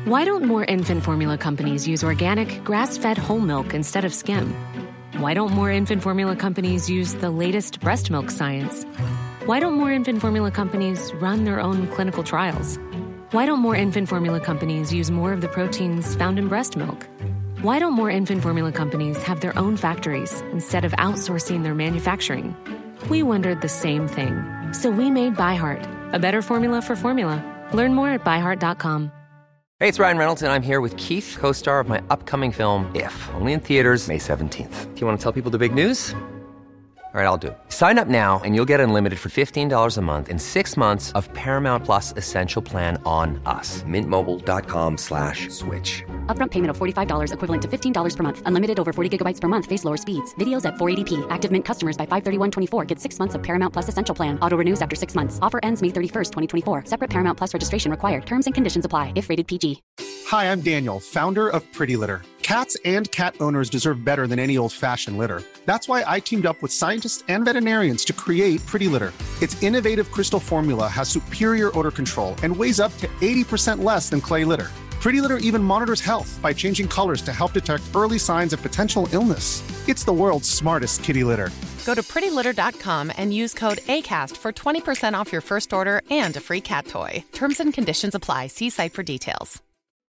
Why don't more infant formula companies use organic, grass-fed whole milk instead of skim? Why don't more infant formula companies use the latest breast milk science? Why don't more infant formula companies run their own clinical trials? Why don't more infant formula companies use more of the proteins found in breast milk? Why don't more infant formula companies have their own factories instead of outsourcing their manufacturing? We wondered the same thing. So we made ByHeart, a better formula for formula. Learn more at byheart.com. Hey, it's Ryan Reynolds, and I'm here with Keith, co-star of my upcoming film, If, only in theaters May 17th. Do you want to tell people the big news? All right, I'll do it. Sign up now and you'll get unlimited for $15 a month and 6 months of Paramount Plus Essential Plan on us. MintMobile.com/switch. Upfront payment of $45 equivalent to $15 per month. Unlimited over 40 gigabytes per month. Face lower speeds. Videos at 480p. Active Mint customers by 531.24 get 6 months of Paramount Plus Essential Plan. Auto renews after 6 months. Offer ends May 31st, 2024. Separate Paramount Plus registration required. Terms and conditions apply if rated PG. Hi, I'm Daniel, founder of Pretty Litter. Cats and cat owners deserve better than any old-fashioned litter. That's why I teamed up with scientists and veterinarians to create Pretty Litter. Its innovative crystal formula has superior odor control and weighs up to 80% less than clay litter. Pretty Litter even monitors health by changing colors to help detect early signs of potential illness. It's the world's smartest kitty litter. Go to prettylitter.com and use code ACAST for 20% off your first order and a free cat toy. Terms and conditions apply. See site for details.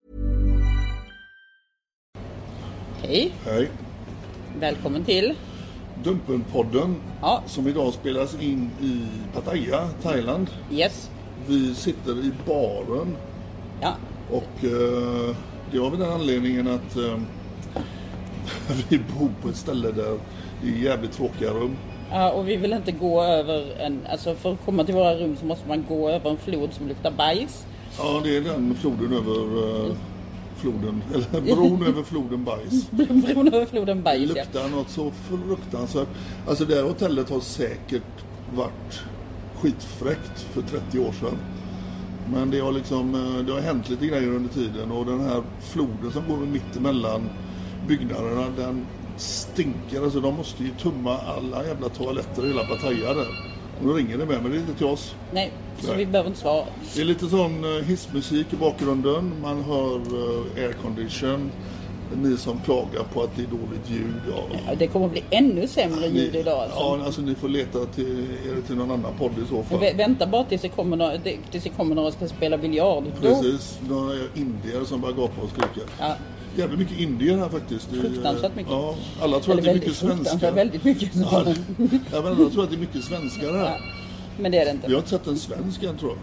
Hej. Hej. Välkommen till Dumpen-podden, ja. Som idag spelas in i Pattaya, Thailand. Yes. Vi sitter i baren. Ja. Och det har vi den anledningen att vi bor på ett ställe där det är jävligt tråkiga rum. Ja, och vi vill inte gå över alltså för att komma till våra rum så måste man gå över en flod som luktar bajs. Ja, det är den floden över bron över floden bajs. Bron över floden bajs, det luktar något så fruktansvärt. Alltså det här hotellet har säkert varit skitfräckt för 30 år sedan. Men det har hänt lite grejer under tiden, och den här floden som går mitt emellan byggnaderna, den stinker. Alltså de måste ju tumma alla jävla toaletter i hela Pattaya där. Och då ringer det med, men det är inte till oss. Nej, så vi behöver inte svara. Det är lite sån hissmusik i bakgrunden. Man hör aircondition. Ni som klagar på att det är dåligt ljud. Ja. Ja, det kommer att bli ännu sämre ljud idag. Alltså. Ja, alltså ni får leta till någon annan podd i så fall. Vänta bara tills det kommer några ska spela biljard. Precis, några indier som bara gapar och skriker. Ja. Jävligt mycket indier här faktiskt. Fruktansvärt mycket. Ja, alla tror att det är mycket svenskar. Väldigt mycket. Ja, men alla tror att det är mycket svenskar här. Ja, men det är det inte. Vi har inte sett en svensk än, tror jag.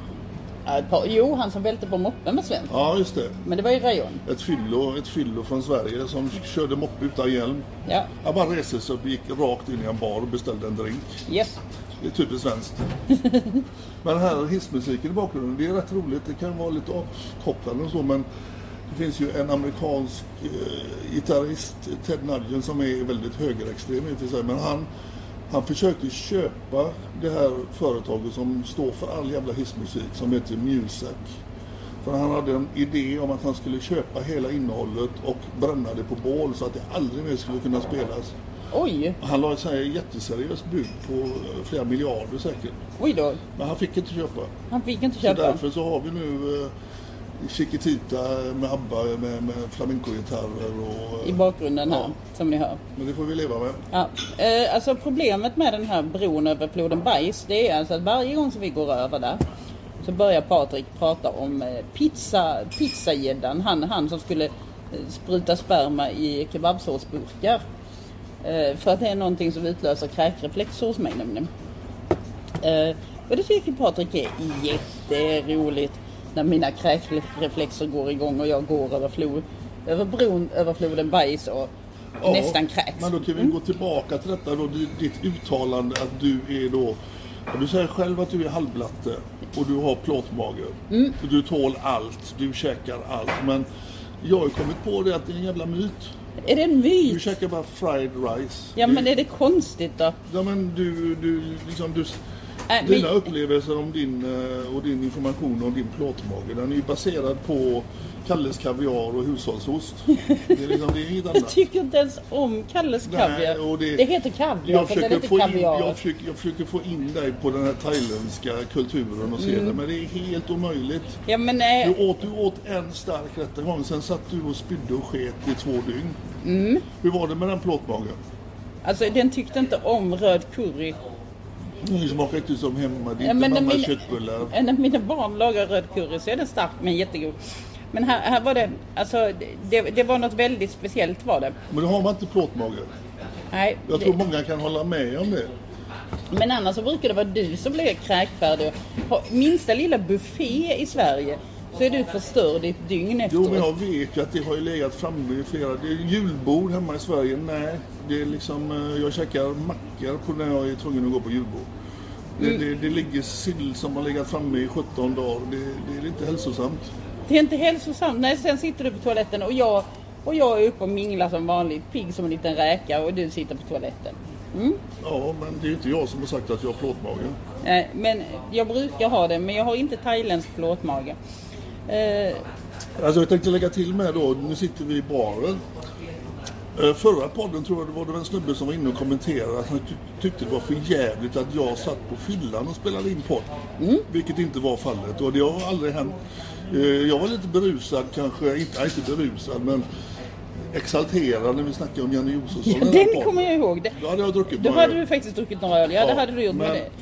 Jo, han som välte på moppen med svensk. Ja, just det. Men det var ju rajon. Ett fyllo från Sverige som körde moppe utan hjälm. Ja. Han bara reste sig och gick rakt in i en bar och beställde en drink. Yes. Det är typiskt svenskt. Men här hissmusiken i bakgrunden, det är rätt roligt. Det kan vara lite avkopplande och så, men det finns ju en amerikansk gitarrist, Ted Nugent, som är väldigt högerextrem i och för sig. Men han försökte köpa det här företaget som står för all jävla hissmusik, som heter Muzak. För han hade en idé om att han skulle köpa hela innehållet och bränna det på bål så att det aldrig mer skulle kunna spelas. Oj! Han la ett jätteseriöst bud på flera miljarder säkert. Oj då! Men han fick inte köpa. Så därför så har vi nu Chiquitita med ABBA med flamenco-gitarrer och... i bakgrunden här, som ni hör. Men det får vi leva med. Ja. Alltså problemet med den här bron över floden Bajs, det är alltså att varje gång som vi går över där så börjar Patrik prata om pizzagäddan. Han som skulle spruta sperma i kebabsåsburkar. För att det är någonting som utlöser kräkreflexer hos mig nämligen. Och det tycker Patrik är jätteroligt. När mina kräkreflexer går igång och jag går över bron över floden Bajs och nästan kräks. Men då kan vi gå tillbaka till detta då, ditt uttalande att du är då, du säger själv att du är halvblatte och du har plåtmage. Och du tål allt, du käkar allt. Men jag har kommit på det att det är en jävla myt. Är det en myt? Du käkar bara fried rice. Ja, men är det konstigt då? Ja, men Dina upplevelser om din information om din plåtmage, den är ju baserad på Kalles kaviar och hushållsost. Det är liksom, det är inget annat. Jag tycker inte ens om Kalles kaviar. Och det heter kaviar för det heter kaviar. Jag försöker få in dig på den här thailändska kulturen och se det, men det är helt omöjligt. Ja, men, du åt en stark rätt en gång, sen satt du och spydde och sket i 2 dygn. Hur var det med den plåtmagen? Alltså den tyckte inte om röd curry. Det smakar inte som hemma, det är inte mammas köttbullar. När mina barn lagar röd curry så är den stark men jättegod. Men här var det, alltså det var något väldigt speciellt var det. Men då har man inte plåtmage. Nej. Jag tror många kan hålla med om det. Men annars så brukar det vara du som blir kräkfärdig. Minsta lilla buffé i Sverige så är du förstörd i ett dygn efteråt. Jo, men jag vet ju att det har ju legat framme i flera. Det är julbord hemma i Sverige. Nej, det är liksom, jag käkar mackor på när jag är tvungen att gå på julbord. Det ligger sill som har legat framme i 17 dagar. Det är inte hälsosamt. Det är inte hälsosamt. Nej, sen sitter du på toaletten och jag är uppe och minglar som vanligt, pigg som en liten räka, och du sitter på toaletten. Ja, men det är inte jag som har sagt att jag har plåtmage. Nej, men jag brukar ha det, men jag har inte thailändsk plåtmage. Alltså jag tänkte lägga till med då, nu sitter vi i baren. Förra podden tror jag det var en snubbe som var inne och kommenterade att han tyckte det var för jävligt att jag satt på fyllan och spelade in podd. Vilket inte var fallet, och det har aldrig hänt. Jag var lite berusad kanske, inte berusad men exalterad när vi snackade om Janne Josefsson. Ja, den kommer jag ihåg. Då hade jag druckit några öl. Då hade öl. Du faktiskt druckit några öl. Ja, det hade du gjort med det.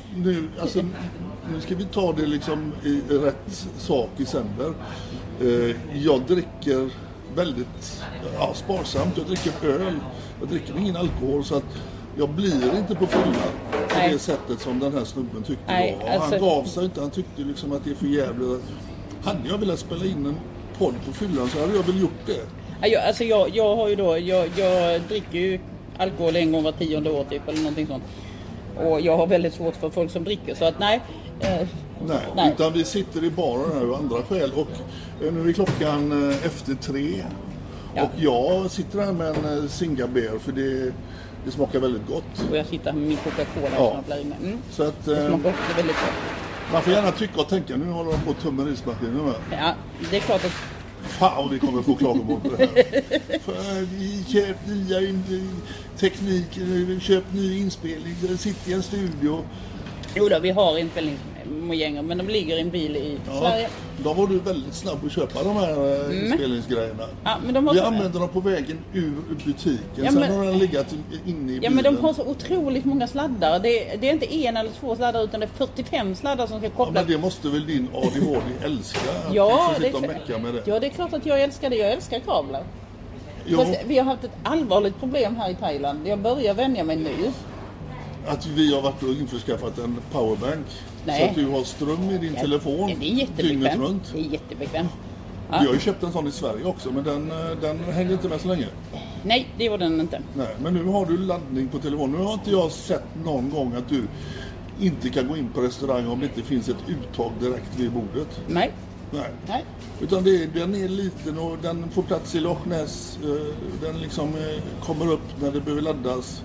Nu ska vi ta det liksom i rätt sak i sänder. Jag dricker väldigt sparsamt. Jag dricker öl. Jag dricker ingen alkohol, så att jag blir inte på fyllan på det sättet som den här snubben tyckte var. Alltså, han gav sig inte. Han tyckte liksom att det är för jävligt. Hade jag velat spela in en podd på fyllan så hade jag väl gjort det. Jag har ju då, jag dricker ju alkohol en gång var 10:e år typ, eller någonting sånt. Och jag har väldigt svårt för folk som dricker, så att nej. Nej, utan vi sitter i baren här av andra skäl, och nu är klockan efter 3. Ja. Och jag sitter här med en Singabeer för det smakar väldigt gott. Och jag sitter här med min Coca-Cola som jag blir med. Så att, det smakar också väldigt gott. Man får gärna tycka och tänka, nu håller de på tummen ismaskinen med. Ja, det är klart att... Fan, vi kommer få klagomål på det här. För vi köpt nya teknik, köpt ny inspelning, sitter i en studio. Jo då, vi har inspelningsmojänger, men de ligger i en bil i Sverige. Då var du väldigt snabb att köpa de här inspelningsgrejerna. Ja, men vi använder dem på vägen ur butiken. Ja, sen har den legat inne i bilen. Ja, men de har så otroligt många sladdar. Det är inte 1 eller 2 sladdar, utan det är 45 sladdar som ska koppla. Ja, men det måste väl din ADHD älska? Ja, det med det. Ja, det är klart att jag älskar det. Jag älskar kablar. Vi har haft ett allvarligt problem här i Thailand. Jag börjar vänja mig nu. Att vi har varit och införskaffat en powerbank. Nej. Så att du har ström i din telefon dygnet runt. Det är jättebekvämt. Ja. Vi har ju köpt en sån i Sverige också, men den hänger inte med så länge. Nej, det var den inte. Nej, men nu har du laddning på telefonen. Nu har inte jag sett någon gång att du inte kan gå in på restaurang om det inte finns ett uttag direkt vid bordet. Nej. Utan den är liten och den får plats i Loch Ness. Den liksom kommer upp när det behöver laddas.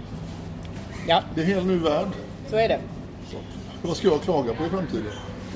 Ja. Det är helt ny värld. Så är det. Vad ska jag klaga på i framtiden?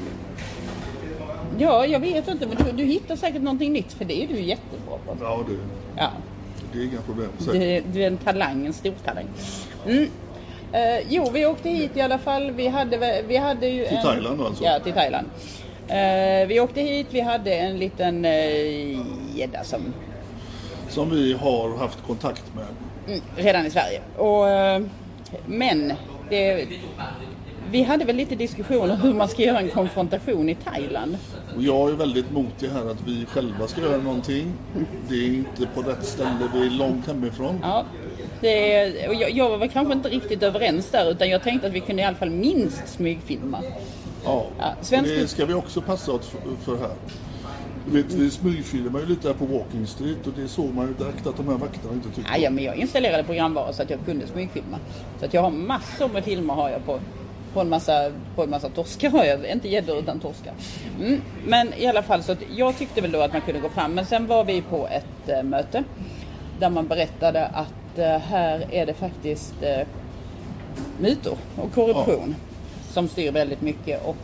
Ja, jag vet inte, men du hittar säkert någonting nytt, för det är du jättebra på. Ja, det är inga problem. Du är en stor talang. Jo, vi åkte hit i alla fall. Vi hade ju till Thailand alltså? Ja, till Thailand. Vi åkte hit, vi hade en liten gädda som vi har haft kontakt med. Redan i Sverige. Men vi hade väl lite diskussioner hur man ska göra en konfrontation i Thailand. Och jag är väldigt mot det här att vi själva ska göra någonting. Det är inte på rätt ställe, vi är långt hemifrån. Ja, och jag var väl kanske inte riktigt överens där, utan jag tänkte att vi kunde i alla fall minst smygfilma. Ja, det ska vi också passa åt för här. Vi smygfilmar ju lite här på Walking Street, och det såg man ju direkt att de här vakterna inte tyckte. Ja, men jag installerade programvara så att jag kunde smygfilma. Så att jag har massor med filmer har jag på en massa torskar har jag, inte gäddor utan torskar. Men i alla fall så att jag tyckte väl då att man kunde gå fram, men sen var vi på ett möte där man berättade att här är det faktiskt mutor och korruption som styr väldigt mycket och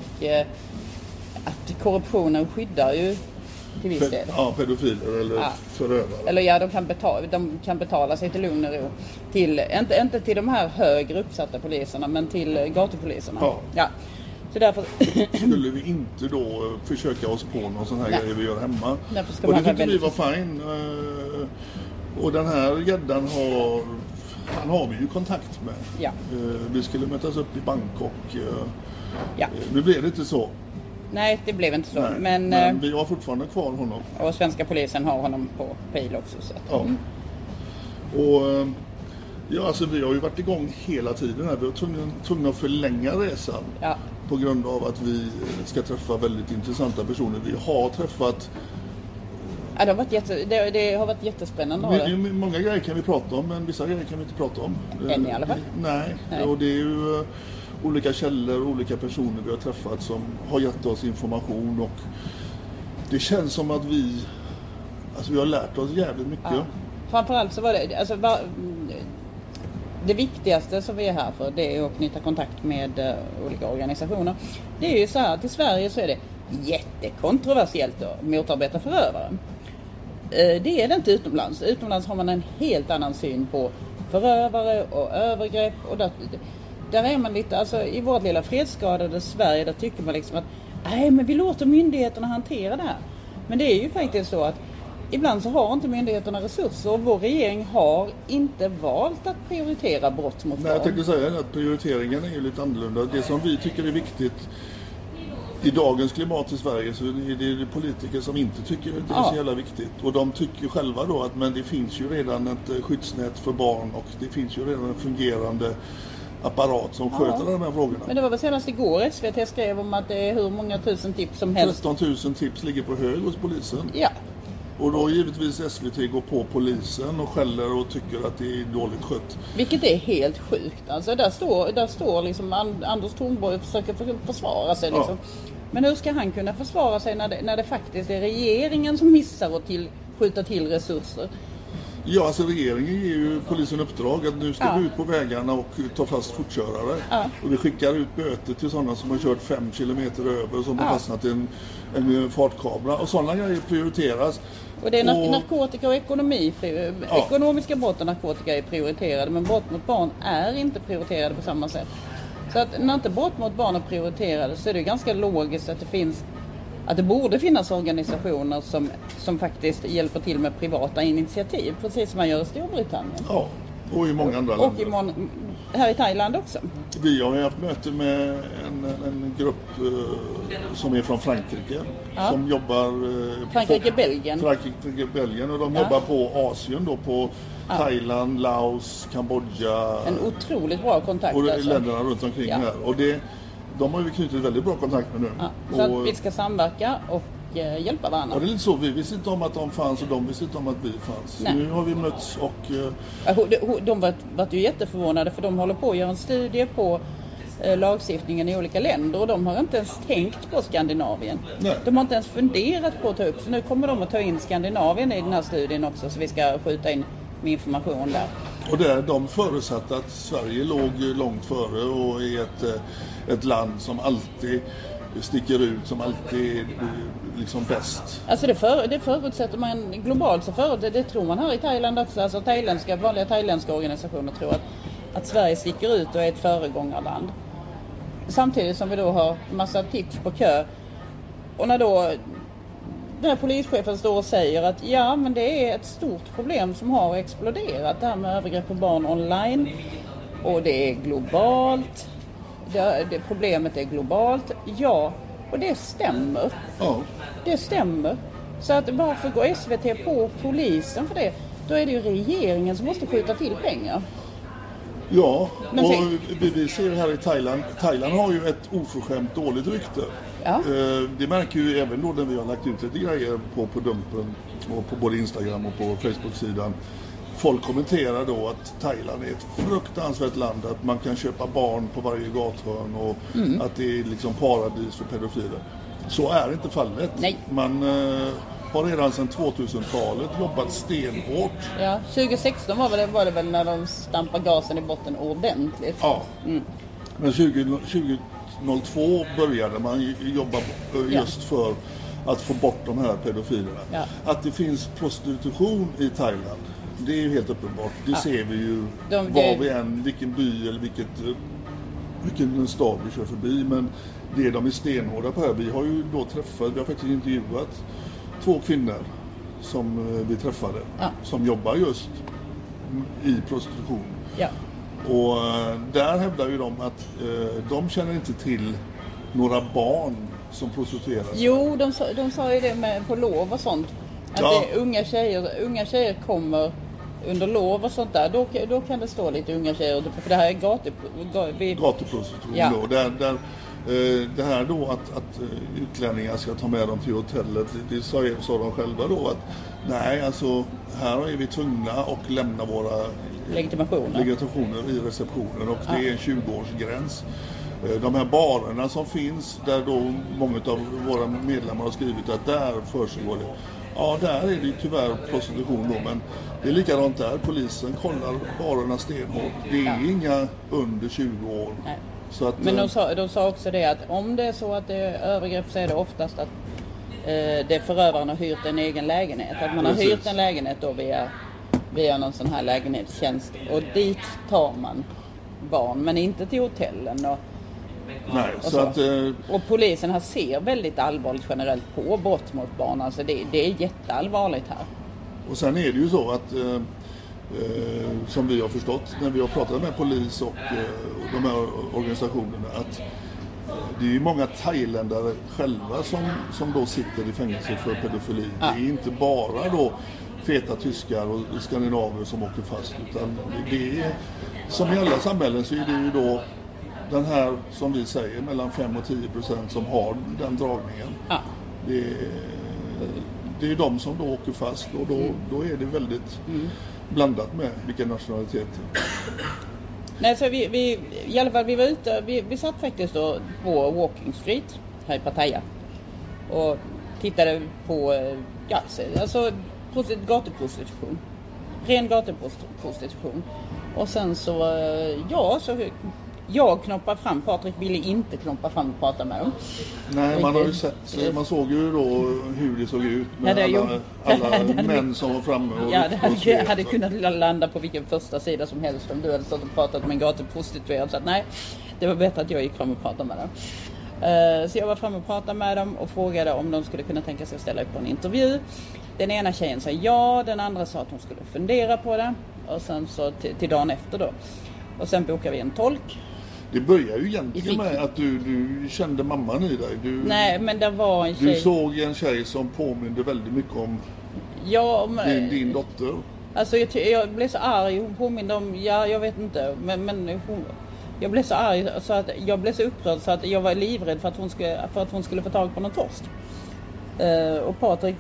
att korruptionen skyddar ju till viss del. Ja, pedofiler eller förövare. Eller de kan betala sig till lugn och ro. Till, inte till de här högre uppsatta poliserna, men till gatupoliserna. Ja. Så därför skulle vi inte då försöka oss på någon sån här grej vi gör hemma. Och det tyckte vi var fine. Och den här gäddan han har vi ju kontakt med. Ja. Vi skulle mötas upp i Bangkok. Nu blev det inte så. Nej, det blev inte så. Nej, men vi har fortfarande kvar honom. Och svenska polisen har honom på pejl också. Så. Ja. Och alltså vi har ju varit igång hela tiden här. Vi var tvungna att förlänga resan. Ja. På grund av att vi ska träffa väldigt intressanta personer. Vi har träffat... Ja, det har varit jättespännande. Många grejer kan vi prata om, men vissa grejer kan vi inte prata om. Än i alla fall. Nej. Och det är ju olika källor, olika personer vi har träffat som har gett oss information. Och det känns som att vi har lärt oss jävligt mycket. Ja. Framförallt så var det... det viktigaste som vi är här för, det är att knyta kontakt med olika organisationer. Det är ju så här att i Sverige så är det jättekontroversiellt att motarbeta förövare. Det är det inte utomlands. Utomlands har man en helt annan syn på förövare och övergrepp. Och där är man lite, alltså i vårt lilla fredsskadade Sverige, där tycker man liksom att nej, men vi låter myndigheterna hantera det här. Men det är ju faktiskt så att ibland så har inte myndigheterna resurser och vår regering har inte valt att prioritera brott mot barn. Jag tänkte säga att prioriteringen är ju lite annorlunda. Det som vi tycker är viktigt i dagens klimat i Sverige, så är det politiker som inte tycker att det är så jävla viktigt. Och de tycker själva då att men det finns ju redan ett skyddsnät för barn och det finns ju redan en fungerande apparat som sköter de här frågorna. Men det var väl senast igår SVT skrev om att det är hur många tusen tips som helst. 13 000 tips ligger på hög hos polisen. Ja. Och då givetvis SVT går på polisen och skäller och tycker att det är dåligt skött. Vilket är helt sjukt. Alltså där står liksom Anders Thornborg och försöker försvara sig liksom. Ja. Men hur ska han kunna försvara sig när det faktiskt är regeringen som missar att skjuta till resurser? Ja, alltså regeringen ger ju polisen uppdrag att nu ska vi ut på vägarna och ta fast fortkörare. Ja. Och vi skickar ut böter till sådana som har kört 5 kilometer över och som har fastnat i en fartkamera. Och sådana grejer prioriteras. Och det är narkotika och ekonomi. Ekonomiska brott och narkotika är prioriterade, men brott mot barn är inte prioriterade på samma sätt. Så att när inte brott mot barn är prioriterade så är det ganska logiskt att det borde finnas organisationer som faktiskt hjälper till med privata initiativ, precis som man gör i Storbritannien. Ja, och i många andra länder. Och här i Thailand också. Vi har haft möte med en grupp som är från Frankrike. Som jobbar... Frankrike-Belgien. Och de jobbar på Asien då, på Thailand, Laos, Kambodja. En otroligt bra kontakt. Och länderna runt omkring här. Och de har vi knutit väldigt bra kontakt med nu. Ja, så att vi ska samverka och hjälpa varandra. Och det är lite så, vi visste inte om att de fanns och de visste inte om att vi fanns. Nej. Nu har vi mötts och... De var ju jätteförvånade, för de håller på att göra en studie på lagstiftningen i olika länder och de har inte ens tänkt på Skandinavien. Nej. De har inte ens funderat på att ta upp, så nu kommer de att ta in Skandinavien i den här studien också, så vi ska skjuta in med information där. Och där de förutsatte att Sverige låg långt före och är ett land som alltid sticker ut, som alltid är liksom bäst. Alltså det förutsätter man globalt, det tror man här i Thailand också. Alltså vanliga thailändska organisationer tror att Sverige sticker ut och är ett föregångarland. Samtidigt som vi då har massa tips på kö. Och när då den här polischefen står och säger att men det är ett stort problem som har exploderat, det här med övergrepp på barn online, och det är globalt. Problemet är globalt. Ja, och det stämmer. Ja. Det stämmer. Så att varför går SVT på polisen för det? Då är det ju regeringen som måste skjuta till pengar. Ja, och vi ser här i Thailand har ju ett oförskämt dåligt rykte. Ja. Det märker ju även då när vi har lagt ut lite grejer på Dumpen och på både Instagram och på Facebook-sidan. Folk kommenterar då att Thailand är ett fruktansvärt land, att man kan köpa barn på varje gathörn och att det är liksom paradis för pedofiler. Så är inte fallet. Nej. Man har redan sedan 2000-talet jobbat stenhårt. Ja, 2016 var det väl när de stampade gasen i botten ordentligt. Ja, men 02 började man jobba just för att få bort de här pedofilerna. Ja. Att det finns prostitution i Thailand, det är ju helt uppenbart. Det ser vi ju var vi än, vilken by eller vilken stad vi kör förbi. Men det är de är stenhårda på här. Vi har ju då träffat, vi har faktiskt intervjuat 2 kvinnor som vi träffade. Som jobbar just i prostitution. Ja. Och där hävdar ju de att de känner inte till några barn som prostitueras. Jo, de sa ju det med på lov och sånt. Att det är unga tjejer kommer under lov och sånt där. Då kan det stå lite unga tjejer. För det här är gatuprostitution. Ja. Där det här då att utlänningar ska ta med dem till hotellet. Det sa de själva då att nej, alltså här är vi tvungna att lämna våra legitimationer i receptionen och det är en 20-årsgräns. De här barerna som finns där då många av våra medlemmar har skrivit att där försiggår det. Ja, där är det tyvärr prostitution då, men det är likadant där. Polisen kollar barerna stenhårt. Det är inga under 20 år. Nej. Så att, men de sa också det att om det är så att det är övergrepp så är det oftast att det förövaren har hyrt en egen lägenhet. Att man har hyrt en lägenhet då via någon sån här lägenhetstjänst. Och dit tar man barn, men inte till hotellen. Nej, så att, och polisen här ser väldigt allvarligt generellt på brott mot barn. Alltså det är jätteallvarligt här. Och sen är det ju så att som vi har förstått när vi har pratat med polis och de här organisationerna att det är ju många thailändare själva som då sitter i fängelse för pedofili. Ja. Det är inte bara då feta tyskar och skandinaver som åker fast, utan det är som i alla samhällen så är det ju då den här, som vi säger, mellan 5 och 10% som har den dragningen. Ja. Det är de som då åker fast och då är det väldigt blandat med vilken nationalitet. Nej, så vi i alla fall vi var ute, vi satt faktiskt då på Walking Street här i Pattaya och tittade på alltså gatuprostitution. Ren gatuprostitution. Och sen så jag knoppade fram, Patrik ville inte knoppa fram och prata med dem. Nej, man har ju sett, man såg ju då hur det såg ut med alla män som var framme. Det hade kunnat landa på vilken första sida som helst om du hade stått och pratat med en gatuprostituerad. Så att nej, det var bättre att jag gick fram och pratade med dem. Så jag var fram och pratade med dem och frågade om de skulle kunna tänka sig att ställa upp på en intervju. Den ena tjejen sa ja, den andra sa att hon skulle fundera på det. Och sen så till dagen efter då. Och sen bokade vi en tolk. Det börjar ju egentligen med att du kände mamman i dig. Nej, men det var en tjej. Du såg en tjej som påminde väldigt mycket om din dotter. Alltså jag blev så arg. Hon påminde om, jag vet inte. Men jag blev så arg så att jag blev så upprörd så att jag var livrädd för att hon skulle få tag på någon torsk. Och Patrik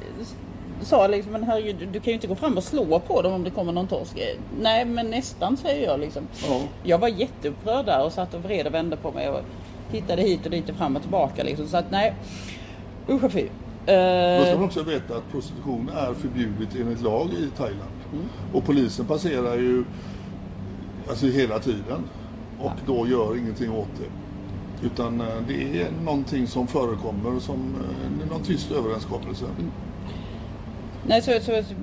sa liksom, men herregud, du kan ju inte gå fram och slå på dem om det kommer någon torsk. Nej, men nästan, säger jag liksom. Ja. Jag var jätteupprörd där och satt och vred och vände på mig och tittade hit och dit och fram och tillbaka liksom. Så att nej, usch och fy. Då ska man också veta att prostitution är förbjudet enligt lag i Thailand. Och polisen passerar ju alltså hela tiden och då gör ingenting åt det. Utan det är någonting som förekommer som någon tyst överenskommelse. Nej, så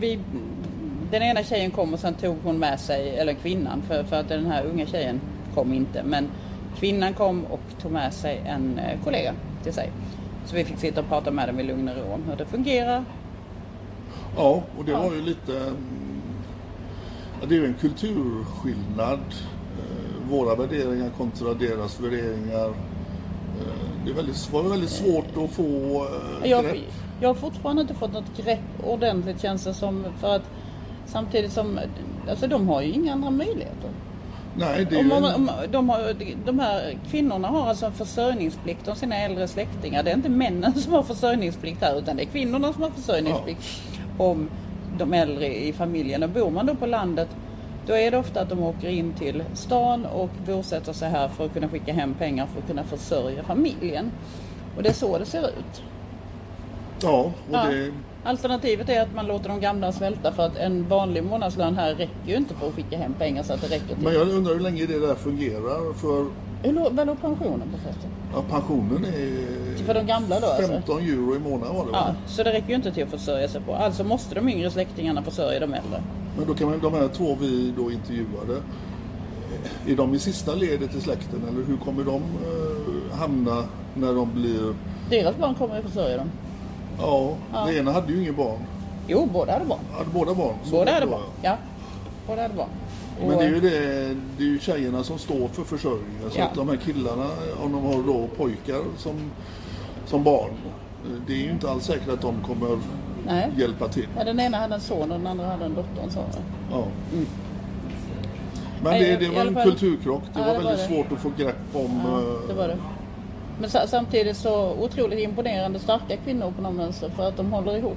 den ena tjejen kom och sen tog hon med sig, eller kvinnan, för att den här unga tjejen kom inte. Men kvinnan kom och tog med sig en kollega till sig. Så vi fick sitta och prata med dem i lugn och ro om hur det fungerar. Ja, och det var ju lite... det är ju en kulturskillnad. Våra värderingar kontra deras värderingar. Det var väldigt svårt att få grepp. Jag har fortfarande inte fått något grepp ordentligt, känns det som, för att samtidigt som, alltså de har ju inga andra möjligheter. Nej, det är de här kvinnorna har alltså en försörjningsplikt om sina äldre släktingar. Det är inte männen som har försörjningsplikt här, utan det är kvinnorna som har försörjningsplikt om de äldre i familjen. Och bor man då på landet, då är det ofta att de åker in till stan och bosätter sig här för att kunna skicka hem pengar för att kunna försörja familjen. Och det är så det ser ut. Ja, Alternativet är att man låter de gamla svälta, för att en vanlig månadslön här räcker ju inte för att skicka hem pengar så att det räcker till. Men jag undrar hur länge det där fungerar, för Vad låg pensionen på förresten? Ja, pensionen är för de gamla då, 15 euro i månaden var det. Ja, så det räcker ju inte till att försörja sig på. Alltså måste de yngre släktingarna försörja de äldre. Men då kan man, de här två vi då intervjuade, är de i sista ledet i släkten eller hur kommer de hamna när de blir... Deras barn kommer att försörja dem. Ja, det ena hade ju ingen barn. Jo, båda hade barn. Hade båda barn? Båda hade barn, ja. Båda hade barn. Men det är ju tjejerna som står för försörjningen. Så att de här killarna, om de har då pojkar som barn, det är ju inte alls säkert att de kommer hjälpa till. Ja, den ena hade en son och den andra hade en dotter. Så. Ja. Mm. Men det var en kulturkrock. Det var väldigt svårt att få grepp om. Ja, det var det. Men samtidigt så otroligt imponerande starka kvinnor på någon vänster för att de håller ihop.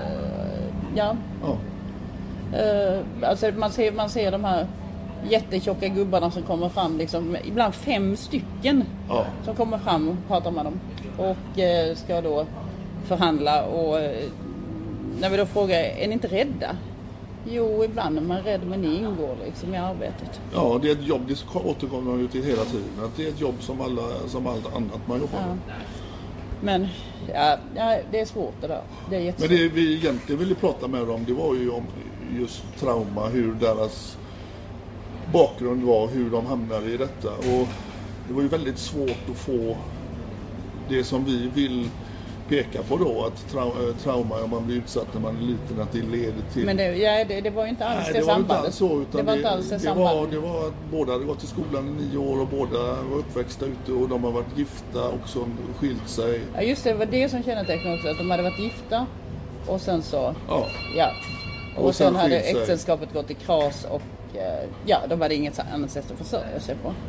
Alltså man ser de här jättetjocka gubbarna som kommer fram liksom, ibland 5 stycken som kommer fram och pratar med dem och ska då förhandla och när vi då frågar, är ni inte rädda? Jo, ibland är man rädd, men ni ingår liksom i arbetet. Ja, det är ett jobb, det återkommer man ju till hela tiden. Att det är ett jobb som allt annat man jobbar med. Men det är svårt det där. Det är jättesvårt. Men det vi egentligen ville prata med dem, det var ju om just trauma, hur deras bakgrund var, hur de hamnade i detta. Och det var ju väldigt svårt att få det som vi vill peka på då, att trauma om man blir utsatt när man är liten, att det leder till... Men det var ju inte alls det sambandet. Det var inte alls så, utan det var att båda hade gått i skolan i 9 år och båda var uppväxta ute och de har varit gifta och så skilt sig. Ja just det, var det som kännetecknade också, att de hade varit gifta och sen så... Ja. Och sen hade äktenskapet gått i kras och de hade inget annat sätt att försörja sig på.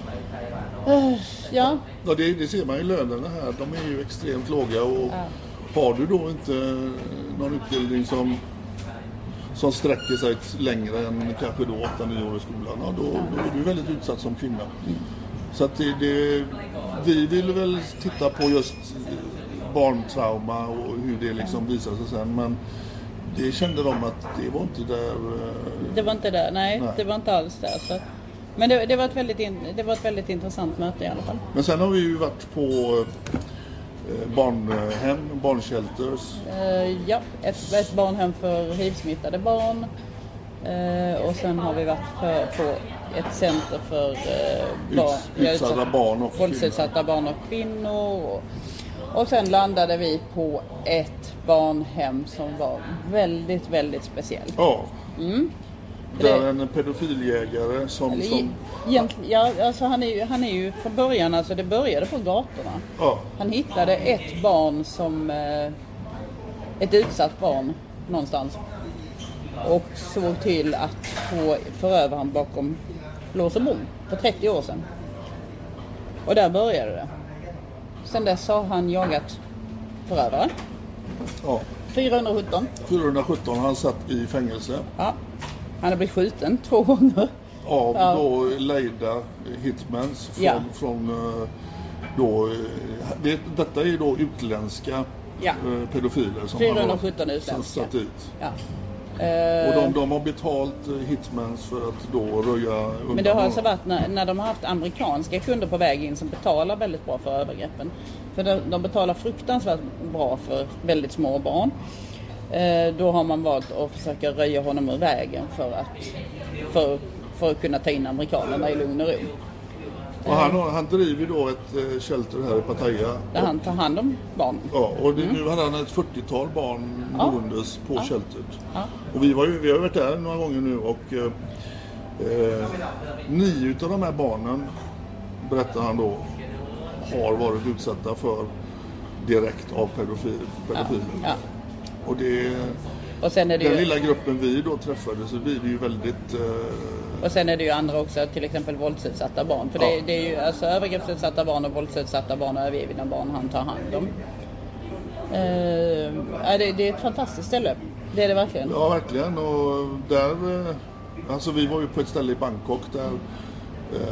Ja, det ser man ju lönerna här. De är ju extremt låga och har du då inte någon utbildning som sträcker sig längre än kanske då 8-9 år i skolan, då är du väldigt utsatt som kvinna. Så att vi vill väl titta på just barntrauma och hur det liksom visar sig sen, men det kände de att det var inte där. Det var inte där, nej. Det var inte alls där. Så. Men det var ett väldigt intressant möte i alla fall. Men sen har vi ju varit på barnhem, barnshelters. Ett barnhem för HIV-smittade barn. Och sen har vi varit på ett center för våldsutsatta barn och kvinnor. Och sen landade vi på ett barnhem som var väldigt, väldigt speciellt. Ja. Där en pedofiljägare som... Alltså han är ju från början, alltså det började på gatorna. Ja. Han hittade ett barn som ett utsatt barn någonstans och såg till att få förövaren bakom lås och bom för 30 år sedan. Och där började det. Sen dess har han jagat förövare. Ja. 417 han satt i fängelse. Ja. Han har blivit skjuten 2 gånger. Av då lejda hitmans från då... Detta är då utländska pedofiler som 417 har satt ut. Ja. Och de har betalt hitmans för att då röja undan. Men det har alltså varit när de har haft amerikanska kunder på väg in som betalar väldigt bra för övergreppen. För de betalar fruktansvärt bra för väldigt små barn. Då har man valt att försöka röja honom ur vägen för att kunna ta in amerikanerna i lugn och ro. Och han driver då ett shelter här i Pattaya. Där han tar hand om barn. Ja, och nu hade han ett 40-tal barn boendes på shelteret. Ja. Och vi har varit där några gånger nu och 9 av de här barnen, berättar han då, har varit utsatta för direkt av pedofiler. Ja. Och sen är det den lilla gruppen vi då träffade, så blir det ju väldigt... Och sen är det ju andra också, till exempel våldsutsatta barn. För det är ju alltså övergreppsutsatta barn och våldsutsatta barn och övergivna barn han tar hand om. Det är ett fantastiskt ställe. Det är det verkligen. Ja, verkligen. Och där... Alltså vi var ju på ett ställe i Bangkok där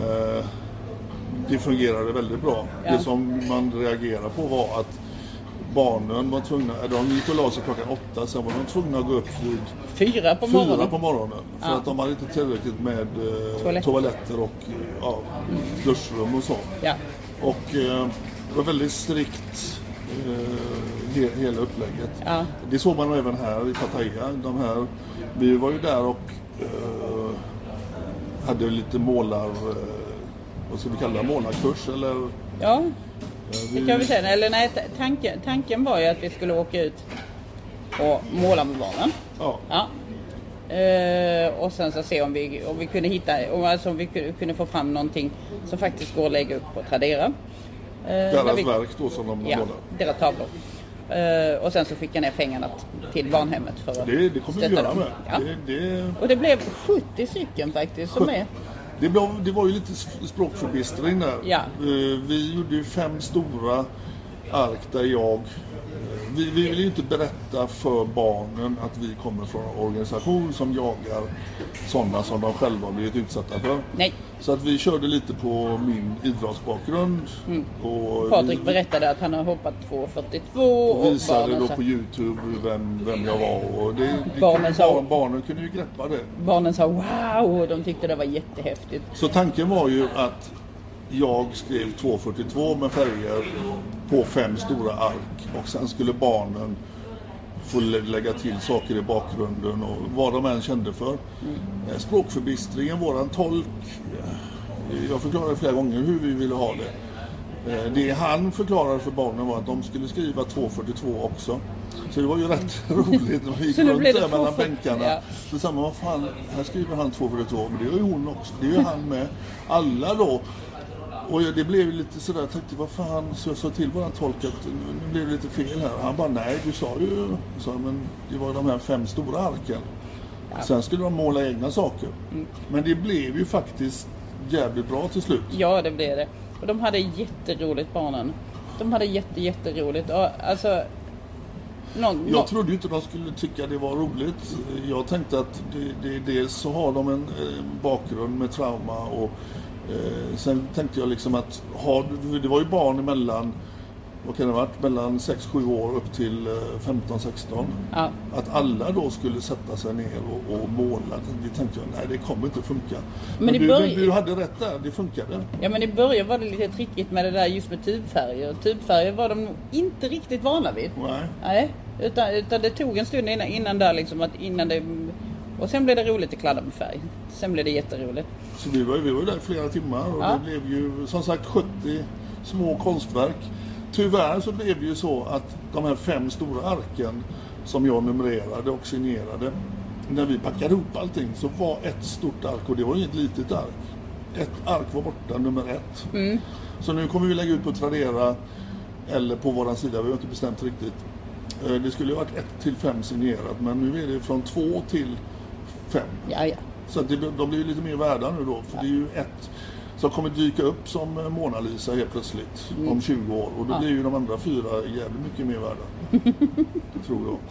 det fungerade väldigt bra. Ja. Det som man reagerade på var att barnen var tvungna, de gick och la sig klockan 8, sen var de tvungna att gå upp vid 4 på morgonen. För att de hade inte tillräckligt med toaletter och duschrum och så. Ja. Och det var väldigt strikt hela upplägget. Ja. Det såg man även här i Pattaya. Vi var ju där och hade lite vad ska vi kalla målarkurs eller? Ja, det kan vi säga. Eller nej, tanken var ju att vi skulle åka ut och måla med barnen. Ja. Och sen så se om vi kunde hitta, alltså om vi kunde få fram någonting som faktiskt går att lägga upp på Tradera. Deras verk då som de målar. Deras tavlor. Och sen så skickade ner pengarna till barnhemmet för att det kommer vi göra med. Ja. Och det blev 70 stycken faktiskt som är. Det var ju lite språkförbistring där. Ja. Vi gjorde ju 5 stora ark där vi vill ju inte berätta för barnen att vi kommer från en organisation som jagar sådana som de själva har blivit utsatta för. Nej. Så att vi körde lite på min idrottsbakgrund. Och Patrik berättade att han har hoppat 2,42 och visade då på YouTube vem jag var. Och barnen kunde ju greppa det. Barnen sa wow och de tyckte det var jättehäftigt. Så tanken var ju att jag skrev 2,42 med färger på 5 stora ark och sen skulle barnen få lägga till saker i bakgrunden och vad de än kände för. Språkförbistringen, våran tolk, jag förklarade flera gånger hur vi ville ha det. Det han förklarade för barnen var att de skulle skriva 2,42 också. Så det var ju rätt roligt. De gick runt där mellan bänkarna. Ja. Så samma, vad fan, här skriver han 2,42, men det är ju hon också. Det är ju han med. Alla då. Och det blev lite sådär, jag tänkte vad fan, så jag sa till våran tolk att nu blev det lite fel här. Han bara, nej du sa ju, men det var de här 5 stora arken. Ja. Sen skulle de måla egna saker. Men det blev ju faktiskt jävligt bra till slut. Ja, det blev det. Och de hade jätteroligt, barnen. De hade jätteroligt. Alltså, jag trodde ju inte de skulle tycka det var roligt. Jag tänkte att dels så har de en bakgrund med trauma och sen tänkte jag liksom att det var ju barn emellan, vad kan det ha varit, mellan 6-7 år upp till 15-16. Ja. Att alla då skulle sätta sig ner och måla. Det tänkte jag, nej det kommer inte funka. Men du hade rätt där, det funkade. Ja, men i början var det lite trickigt med det där just med tubfärger. Tubfärger var de inte riktigt vana vid. Nej. Utan det tog en stund innan där liksom, och sen blev det roligt att kladda med färg. Sen blev det jätteroligt. Så vi var ju där flera timmar och det blev ju som sagt 70 små konstverk. Tyvärr så blev det ju så att de här 5 stora arken som jag numrerade och signerade, när vi packade ihop allting så var ett stort ark och det var inget litet ark. Ett ark var borta, nummer 1. Så nu kommer vi lägga ut på Tradera eller på våran sida, vi har inte bestämt riktigt. Det skulle ju varit 1-5 signerat, men nu är det från 2 till 5. Ja. Så att de blir lite mer värda nu då, för det är ju ett som kommer dyka upp som Mona Lisa helt plötsligt om 20 år. Och då blir ju de andra 4 jävligt mycket mer värda. Tror jag.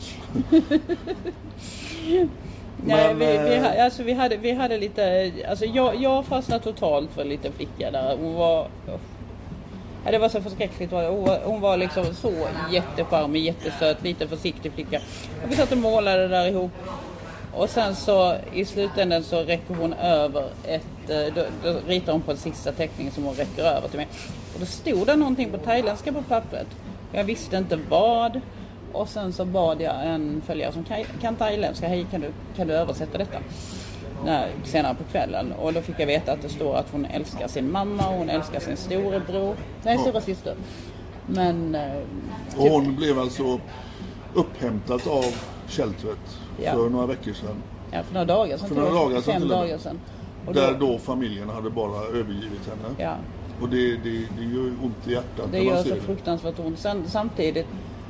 Nej, vi hade lite, alltså jag fastnade totalt för lite flicka där. Hon var, det var så förskräckligt. Hon var liksom så jättecharmig, jättesöt, lite försiktig flicka. Och vi satt och målade där ihop. Och sen så i slutändan så räcker hon över då ritar hon på en sista teckning som hon räcker över till mig. Och då stod det någonting på thailändska på pappret. Jag visste inte vad. Och sen så bad jag en följare som kan thailändska. Hej, kan du översätta detta? Senare på kvällen. Och då fick jag veta att det står att hon älskar sin mamma och hon älskar sin storebror. Nej, stora syster. Men... och hon blev alltså upphämtat av sheltret för några veckor sedan. Ja, för några dagar sedan. 5 dagar sedan. Och där då familjen hade bara övergivit henne. Ja. Och det gör ont i hjärtat. Det gör så fruktansvärt ont. Samtidigt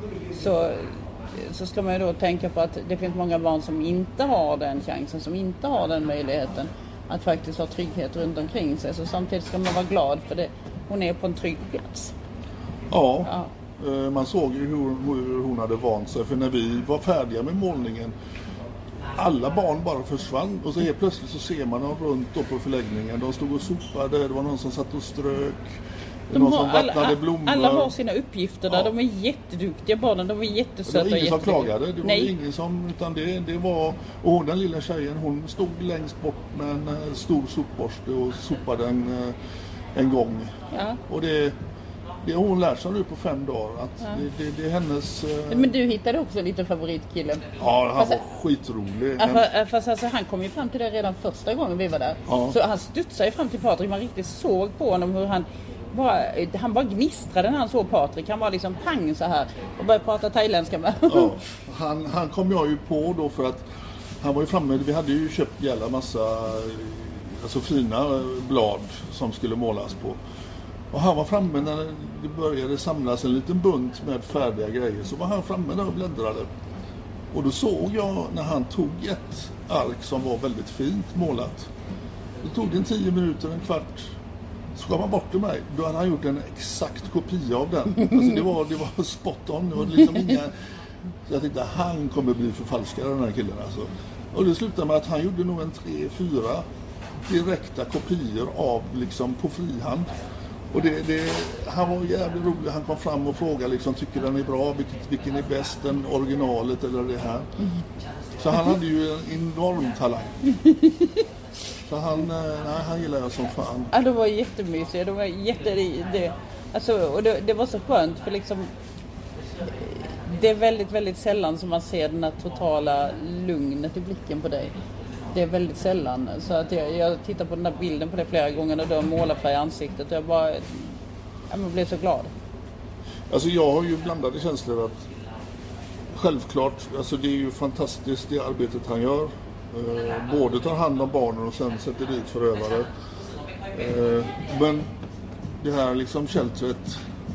så ska man ju då tänka på att det finns många barn som inte har den chansen, som inte har den möjligheten att faktiskt ha trygghet runt omkring sig. Så samtidigt ska man vara glad för det. Hon är på en trygg plats. Ja. Man såg ju hur hon hade vant sig. För när vi var färdiga med målningen, alla barn bara försvann. Och så helt plötsligt så ser man dem runt på förläggningen. De stod och sopade, det var någon som satt och strök. Någon som vattnade blommor. Alla har sina uppgifter där. De är jätteduktiga barnen, de är jättesöta. Det var ingen som klagade. Det var Nej. ingen som, utan det var... Och den lilla tjejen, hon stod längst bort med en stor sopborste och sopade en gång. Ja. Och det hon lär sig nu på 5 dagar. Att det är hennes... Men du hittade också en liten favoritkille. Ja, han var skitrolig. Fast alltså, han kom ju fram till det redan första gången vi var där. Ja. Så han studsade ju fram till Patrik. Man riktigt såg på honom hur han bara gnistrade när han såg Patrik. Han var liksom pang så här och började prata thailändska med. Ja, han kom jag ju på då för att han var ju framme. Vi hade ju köpt jävla massa alltså fina blad som skulle målas på. Och han var framme när det började samlas en liten bunt med färdiga grejer. Så var han framme där och bläddrade. Och då såg jag när han tog ett ark som var väldigt fint målat. Då tog det en 10 minuter, en kvart. Så gav han bort till mig. Då hade han gjort en exakt kopia av den. Alltså det var spot on. Det var liksom inga... Så jag tänkte han kommer bli förfalskare, den här killen alltså. Och det slutade med att han gjorde nog en 3-4 direkta kopior av liksom på frihand. Och han var jävligt rolig. Han kom fram och frågade liksom, tycker den är bra? Vilken är bäst, den originalet eller det här? Så han hade ju en enorm talang. Så han gillade jag som fan. Ja, det var jättemysigt. Det var alltså, och det var så skönt för liksom det är väldigt, väldigt sällan som man ser den här totala lugnet i blicken på dig. Det är väldigt sällan. Så att jag tittar på den där bilden på det flera gånger och du har målarfärg i ansiktet. Jag blev så glad. Alltså jag har ju blandade känslor att självklart, alltså det är ju fantastiskt det arbetet han gör. Både tar hand om barnen och sen sätter dit förövare. Men det här liksom sheltret,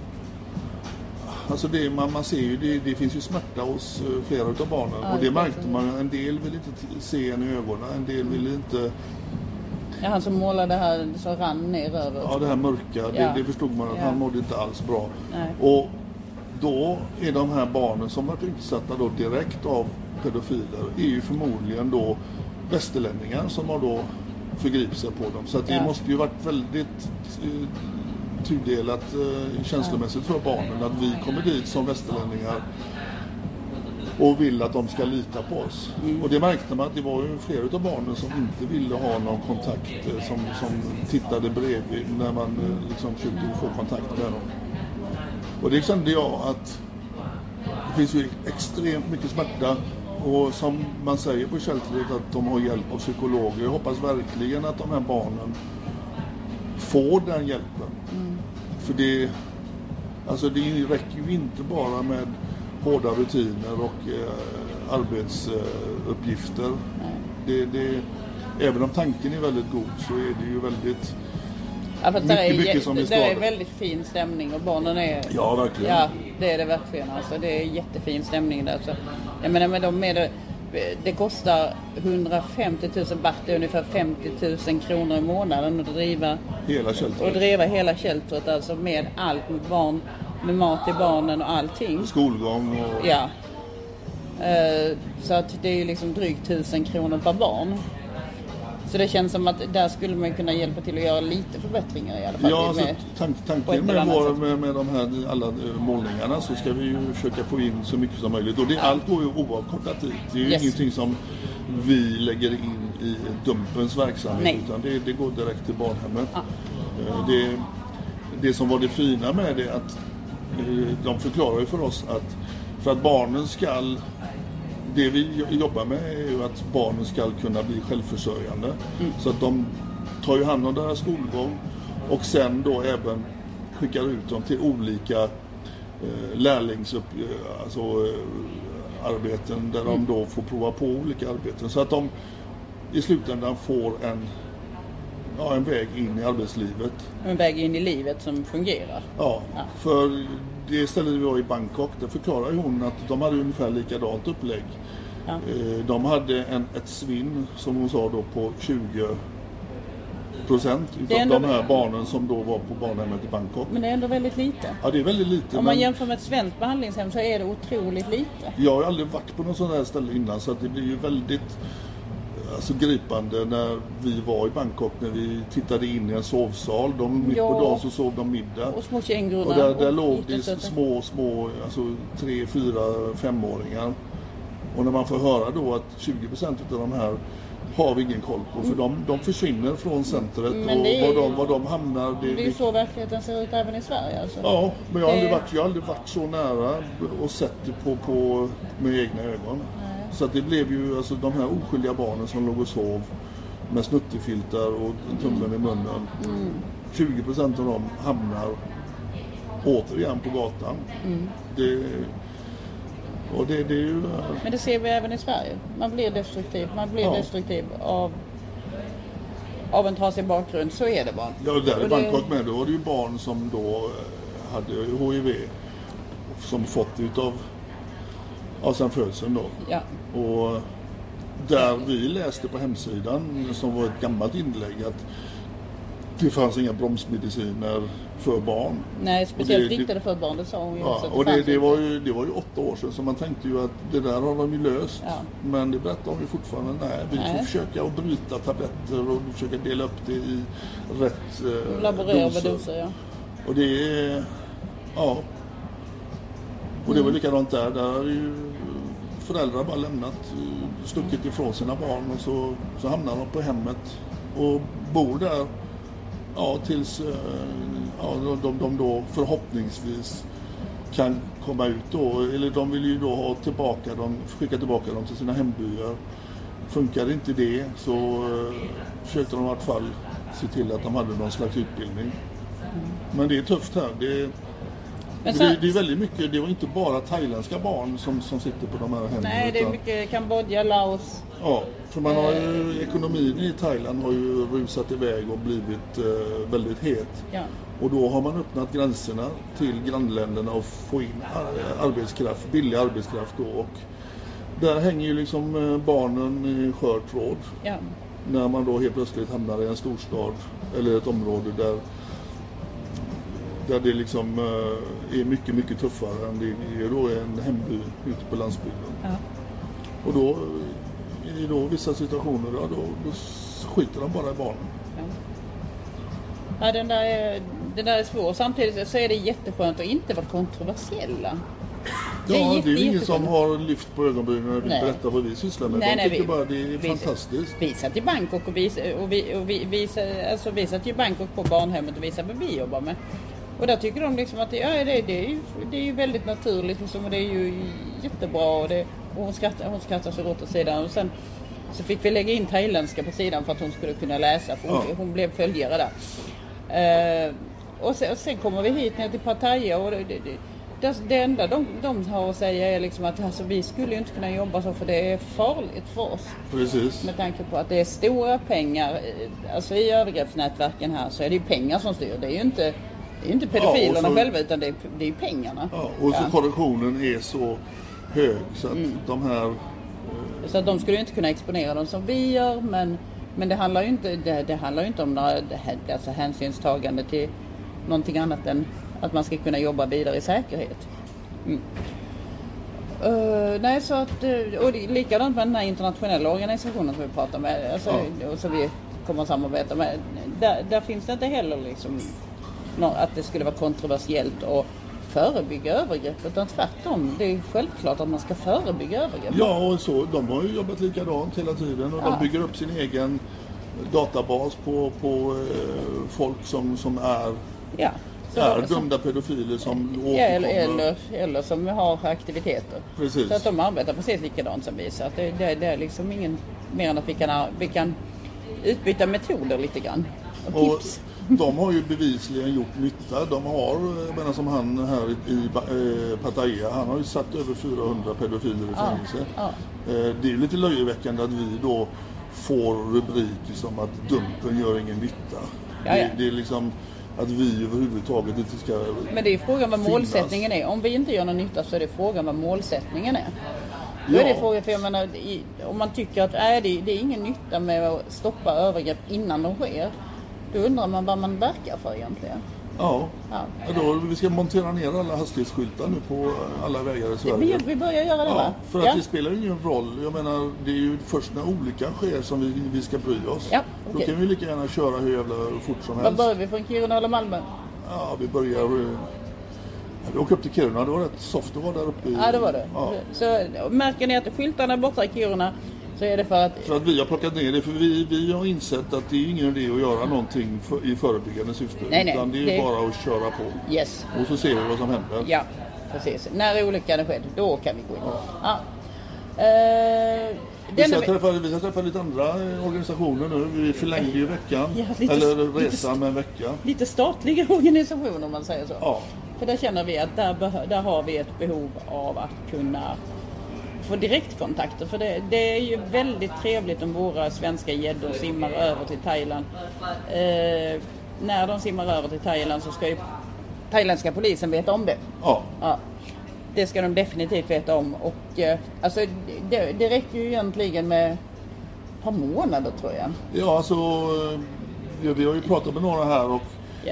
alltså man ser ju, det finns ju smärta hos flera av barnen. Och det märkte man, en del vill inte se en i ögonen, en del vill inte... Ja, han som målade det här så rann ner över. Ja, det här mörka, det förstod man att han mådde inte alls bra. Nej. Och då är de här barnen som varit utsatta då direkt av pedofiler är ju förmodligen då västerlänningar som har då förgripit sig på dem. Så att det måste ju varit väldigt tudelat känslomässigt för barnen att vi kommer dit som västerlänningar och vill att de ska lita på oss. Och det märkte man att det var ju flera av barnen som inte ville ha någon kontakt, som tittade bredvid när man liksom försökte få kontakt med dem. Och det kände jag att det finns ju extremt mycket smärta och som man säger på sheltret att de har hjälp av psykologer. Jag hoppas verkligen att de här barnen får den hjälpen. För det räcker ju inte bara med hårda rutiner och arbetsuppgifter. Även om tanken är väldigt god så är det ju väldigt mycket som är skadligt. Det är väldigt fin stämning och barnen är... Ja, verkligen. Ja, det är det verkligen. Alltså, det är jättefin stämning där. Så, jag menar med dem det kostar 150 000 baht, det är ungefär 50 000 kronor i månaden att driva hela sheltret, alltså med allt, med barn, med mat till barnen och allting. Skolgång och... Ja. Så att det är ju liksom drygt 1000 kronor per barn. Så det känns som att där skulle man kunna hjälpa till att göra lite förbättringar i alla fall. Ja, alltså, tanken med de här alla målningarna så ska vi ju försöka få in så mycket som möjligt. Och allt går ju oavkortat dit. Det är ju ingenting som vi lägger in i Dumpens verksamhet. Nej. Utan det går direkt till barnhemmet. Ja. Det som var det fina med det att de förklarar ju för oss att för att barnen ska... Det vi jobbar med är ju att barnen ska kunna bli självförsörjande. Så att de tar ju hand om deras skolgång och sen då även skickar ut dem till olika arbeten där de då får prova på olika arbeten. Så att de i slutändan får en väg in i arbetslivet. En väg in i livet som fungerar. Ja. För det stället vi var i Bangkok, där förklarar ju hon att de hade ungefär likadant upplägg. Ja. De hade ett svinn, som hon sa då, på 20% utav de här barnen som då var på barnhemmet i Bangkok. Men det är ändå väldigt lite. Ja, det är väldigt lite. Om man jämför med ett svenskt behandlingshem så är det otroligt lite. Jag har aldrig varit på någon sån här ställe innan, så att det blir ju väldigt... alltså gripande när vi var i Bangkok, när vi tittade in i en sovsal. Mitt på dagen så sov de middag. Och små känguror. Och där låg det små, alltså 3, 4, 5-åringar. Och när man får höra då att 20% av de här har vi ingen koll på, för de försvinner från centret och var de hamnar. Det är ju så verkligheten ser ut även i Sverige alltså. Ja, men jag har aldrig varit så nära och sett det på med egna ögon. Nej. Så att det blev ju alltså de här oskyldiga barnen som låg och sov med snuttefiltar och tummen i munnen. 20% av dem hamnar återigen på gatan. Och det är ju... Men det ser vi även i Sverige. Man blir destruktiv av en trasig bakgrund. Så är det bara. Ja, där i Bangkok med då var det ju barn som då hade HIV som fått av sen födseln då. Ja. Och där vi läste på hemsidan, som var ett gammalt inlägg, att det fanns inga bromsmediciner för barn. Nej, speciellt inte för barn, det sa hon ju också. Och det var ju 8 år sedan, så man tänkte ju att det där har de ju löst. Ja. Men det berättar de ju fortfarande, vi får försöka att bryta tabletter och försöka dela upp det i rätt laborera doser, ja. Och det är, och det var likadant där har ju föräldrar bara stuckit ifrån sina barn, och så hamnar de på hemmet och bor där tills de då förhoppningsvis kan komma ut då, eller de vill ju då skicka tillbaka dem till sina hembyar. Funkar inte det så försökte de i alla fall se till att de hade någon slags utbildning. Men det är tufft här. Det är väldigt mycket, det var inte bara thailändska barn som sitter på de här hemmen. Nej, det är mycket Kambodja, Laos. Ja, för man har ju, ekonomin i Thailand har ju rusat iväg och blivit väldigt het. Ja. Och då har man öppnat gränserna till grannländerna och få in billig arbetskraft då. Och där hänger ju liksom barnen i skör tråd. Ja. När man då helt plötsligt hamnar i en storstad eller ett område där det liksom är mycket, mycket tuffare än det är då en hemby ute på landsbygden. Ja. Och då i vissa situationer då skjuter de bara i barnen. Ja, den där är svår. Samtidigt så är det jätteskönt att inte vara kontroversiella. Det är ingen som har lyft på ögonbrynen och vill berätta vad vi sysslar med. De tycker bara det är fantastiskt. Vi satt i Bangkok och vi satt i Bangkok på barnhemmet och visade vad vi jobbar med. Och där tycker de liksom att det är ju väldigt naturligt liksom, och det är ju jättebra och hon skrattar så gott åt sidan. Och sen så fick vi lägga in thailändska på sidan för att hon skulle kunna läsa, för hon blev följare där. Och sen kommer vi hit ner till Pattaya och det enda de har att säga är liksom att alltså, vi skulle ju inte kunna jobba så, för det är farligt för oss. Precis. Med tanke på att det är stora pengar, alltså i övergreppsnätverken här så är det ju pengar som styr. Det är ju inte pedofilerna själva, utan det är ju pengarna. Ja, och så korruptionen är så hög så att de här... Så att de skulle ju inte kunna exponera dem som vi gör, men det handlar ju inte om några alltså hänsynstagande till någonting annat än att man ska kunna jobba vidare i säkerhet. Nej, så att, och det är likadant med den här internationella organisationen som vi pratar med, alltså, och som vi kommer att samarbeta med. Där finns det inte heller liksom att det skulle vara kontroversiellt att förebygga övergrepp, utan tvärtom. Det är självklart att man ska förebygga övergrepp. Ja, och så, de har ju jobbat likadant hela tiden och de bygger upp sin egen databas på folk som är dömda pedofiler som eller som har aktiviteter. Precis. Så att de arbetar precis likadant som vi. Så att det är liksom ingen mer än att vi kan utbyta metoder lite grann. Och tips. De har ju bevisligen gjort nytta. De har, som han här i Pattaya, han har ju satt över 400 pedofiler i fängelse. Det är ju lite löjeväckande att vi då får rubriker som att dumpen gör ingen nytta. Det är liksom att vi överhuvudtaget inte ska. Men det är frågan vad målsättningen är. Om vi inte gör någon nytta så är det frågan vad målsättningen är. Då är det frågan, för jag menar, om man tycker att det är ingen nytta med att stoppa övergrepp innan de sker, då undrar man vad man verkar för egentligen. Ja. Ja. Då, vi ska montera ner alla hastighetsskyltar nu på alla vägar i Sverige. Vi börjar göra det, va? För att det spelar ju ingen roll. Jag menar, det är ju först när olyckan sker som vi ska bry oss. Ja, Då kan vi lika gärna köra hur jävla fort som helst. Var börjar vi, från Kiruna eller Malmö? Ja, vi börjar... Vi åker upp till Kiruna, det var rätt soft att vara där uppe. Ja, det var det. Ja. Så märker ni att skyltarna är borta i Kiruna, så är det för att vi har plockat ner det, för vi har insett att det är ingen idé att göra någonting i förebyggande syfte. Nej, utan det är bara att köra på. Yes. Och så ser vi vad som händer. Ja, precis. När olyckan är skedd, då kan vi gå in. Ja. Vi ska träffa lite andra organisationer nu. Vi förlängde ju veckan. Ja, eller resan med en vecka. Lite statliga organisationer, om man säger så. Ja. För där känner vi att där har vi ett behov av att kunna få direktkontakter. För det är ju väldigt trevligt om våra svenska gäddor simmar över till Thailand. När de simmar över till Thailand så ska ju thailändska polisen veta om det. Ja. Ja. Det ska de definitivt veta om. Och alltså, det räcker ju egentligen med ett par månader, tror jag. Ja, alltså vi har ju pratat med några här och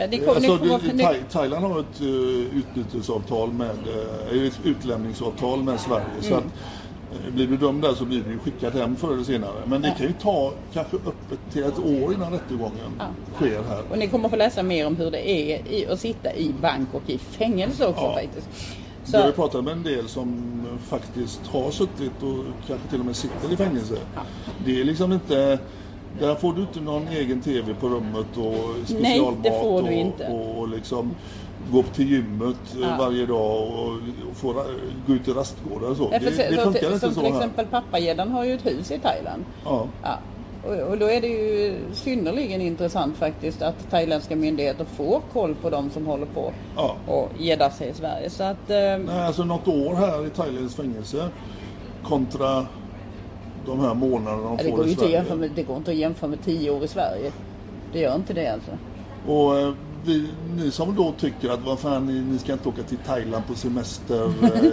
Thailand har ett utbytesavtal med ett utlämningsavtal med Sverige. Så att blir du dömd där så blir du skickad hem förr eller senare. Men det kan ju ta kanske öppet till ett år innan rättegången sker här. Och ni kommer få läsa mer om hur det är att sitta i bank och i fängelse också faktiskt. Så... Jag har ju pratat med en del som faktiskt har suttit och kanske till och med sitter i fängelse. Ja. Det är liksom inte... Där får du inte någon egen tv på rummet och specialmat. Nej, det får du inte. Och liksom gå upp till gymmet varje dag och få gå ut i rastgårdar och så. Ja, det funkar inte så här. Till exempel pappagäddan har ju ett hus i Thailand. Ja. Ja. Och då är det ju synnerligen intressant faktiskt att thailändska myndigheter får koll på dem som håller på och gäddar sig i Sverige. Så att, nej, alltså något år här i Thailands fängelse kontra de här månaderna de får i Sverige. Det går inte att jämföra med 10 år i Sverige. Det gör inte det alltså. Och ni som då tycker att vad fan, ni ska inte åka till Thailand på semester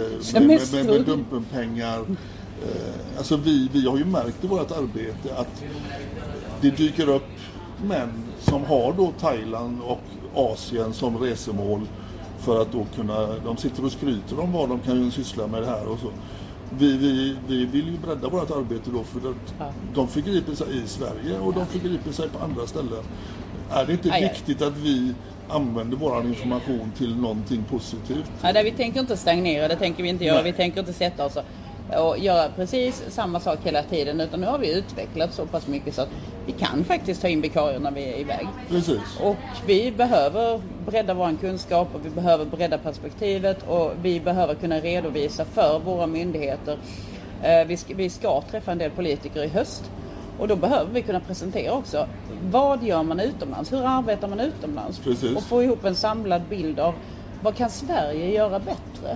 med dumpenpengar. Alltså vi har ju märkt i vårt arbete att det dyker upp män som har då Thailand och Asien som resemål för att då kunna, de sitter och skryter om vad de kan ju syssla med det här och så. Vi vill ju bredda vårt arbete då för att de förgriper sig i Sverige och de förgriper sig på andra ställen. Är det inte viktigt att vi använder vår information till någonting positivt? Ja, vi tänker inte stagnera, det tänker vi inte göra. Vi tänker inte sätta oss och göra precis samma sak hela tiden, utan nu har vi utvecklat så pass mycket så att vi kan faktiskt ta in vikarier när vi är iväg. Precis. Och vi behöver bredda vår kunskap och vi behöver bredda perspektivet och vi behöver kunna redovisa för våra myndigheter. Vi ska träffa en del politiker i höst och då behöver vi kunna presentera också vad gör man utomlands, hur arbetar man utomlands. Precis. Och få ihop en samlad bild av vad kan Sverige göra bättre.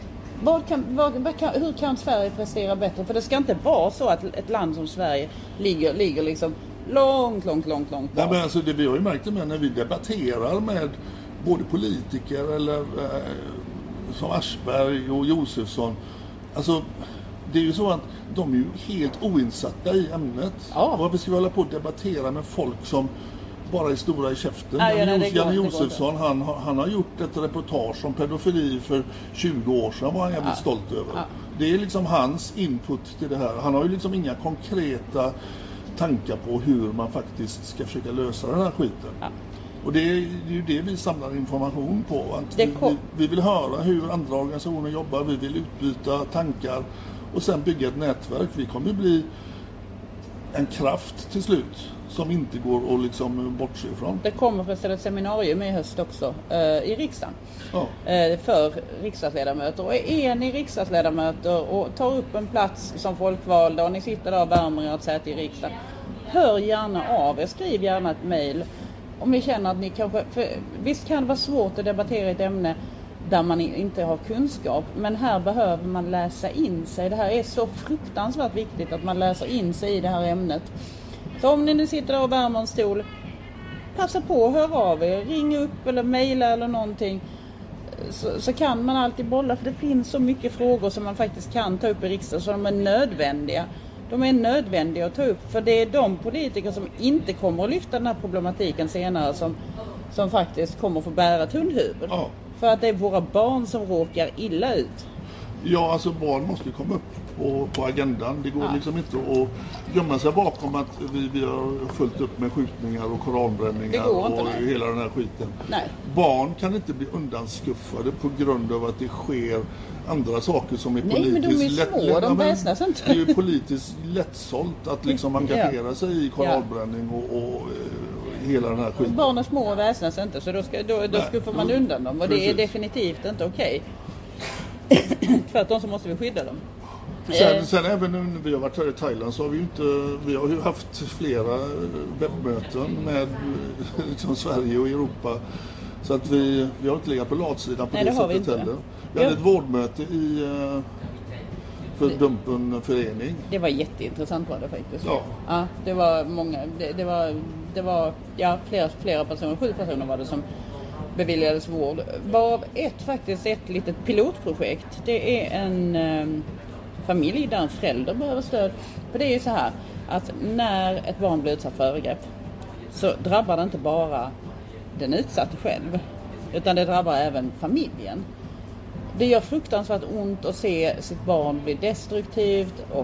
Hur kan Sverige prestera bättre? För det ska inte vara så att ett land som Sverige ligger liksom långt bak. Nej, men alltså vi har ju märkt det med när vi debatterar med både politiker eller som Aschberg och Josefsson. Alltså det är ju så att de är ju helt oinsatta i ämnet. Ja. Varför ska vi hålla på att debattera med folk som bara är stora i käften? Janne Josefsson, han har gjort ett reportage om pedofili för 20 år sedan, var han jävligt stolt över. Ja. Det är liksom hans input till det här. Han har ju liksom inga konkreta tankar på hur man faktiskt ska försöka lösa den här skiten. Ja. Och det är ju det vi samlar information på. Att vi vill höra hur andra organisationer jobbar, vi vill utbyta tankar och sen bygga ett nätverk. Vi kommer bli en kraft till slut som inte går att liksom bortse ifrån. Det kommer förresten ett seminarium i höst också i riksdagen för riksdagsledamöter. Och är ni riksdagsledamöter och tar upp en plats som folkvalda och ni sitter där och värmer att säga till riksdagen, hör gärna av er, skriv gärna ett mejl om ni känner att ni kanske, för visst kan det vara svårt att debattera ett ämne där man inte har kunskap, men här behöver man läsa in sig. Det här är så fruktansvärt viktigt att man läser in sig i det här ämnet. Så om ni nu sitter där och värmer en stol, passa på att höra av er, ring upp eller mejla eller någonting, så kan man alltid bolla, för det finns så mycket frågor som man faktiskt kan ta upp i riksdagen, så de är nödvändiga. De är nödvändiga att ta upp, för det är de politiker som inte kommer att lyfta den här problematiken senare som faktiskt kommer få bära ett hundhuvud. Ja. För att det är våra barn som råkar illa ut. Ja, alltså barn måste komma upp på agendan. Det går liksom inte att gömma sig bakom att vi har fullt upp med skjutningar och koranbränningar och hela den här skiten. Nej. Barn kan inte bli undanskuffade på grund av att det sker andra saker som är politiskt men de är små, de väsnas inte. Det är ju politiskt lättsålt att liksom engagera sig i koranbränning och hela den här skiten. Barn är små och väsnas inte, så då skuffar man undan dem. Och det är definitivt inte okej. Tvärtom så måste vi skydda dem. Sen även när vi har varit här i Thailand så har vi har ju haft flera webbmöten med liksom Sverige och Europa. Så att vi har inte legat på latsidan på det sättet heller. Vi hade ett vårdmöte för Dumpen förening. Det var jätteintressant var det faktiskt. Ja. Det var många, det var flera personer, 7 personer var det som beviljades vård. Varav ett litet pilotprojekt. Det är en familj där en förälder behöver stöd. För det är ju så här att när ett barn blir utsatt för övergrepp så drabbar det inte bara den utsatte själv, utan det drabbar även familjen. Det gör fruktansvärt ont att se sitt barn bli destruktivt och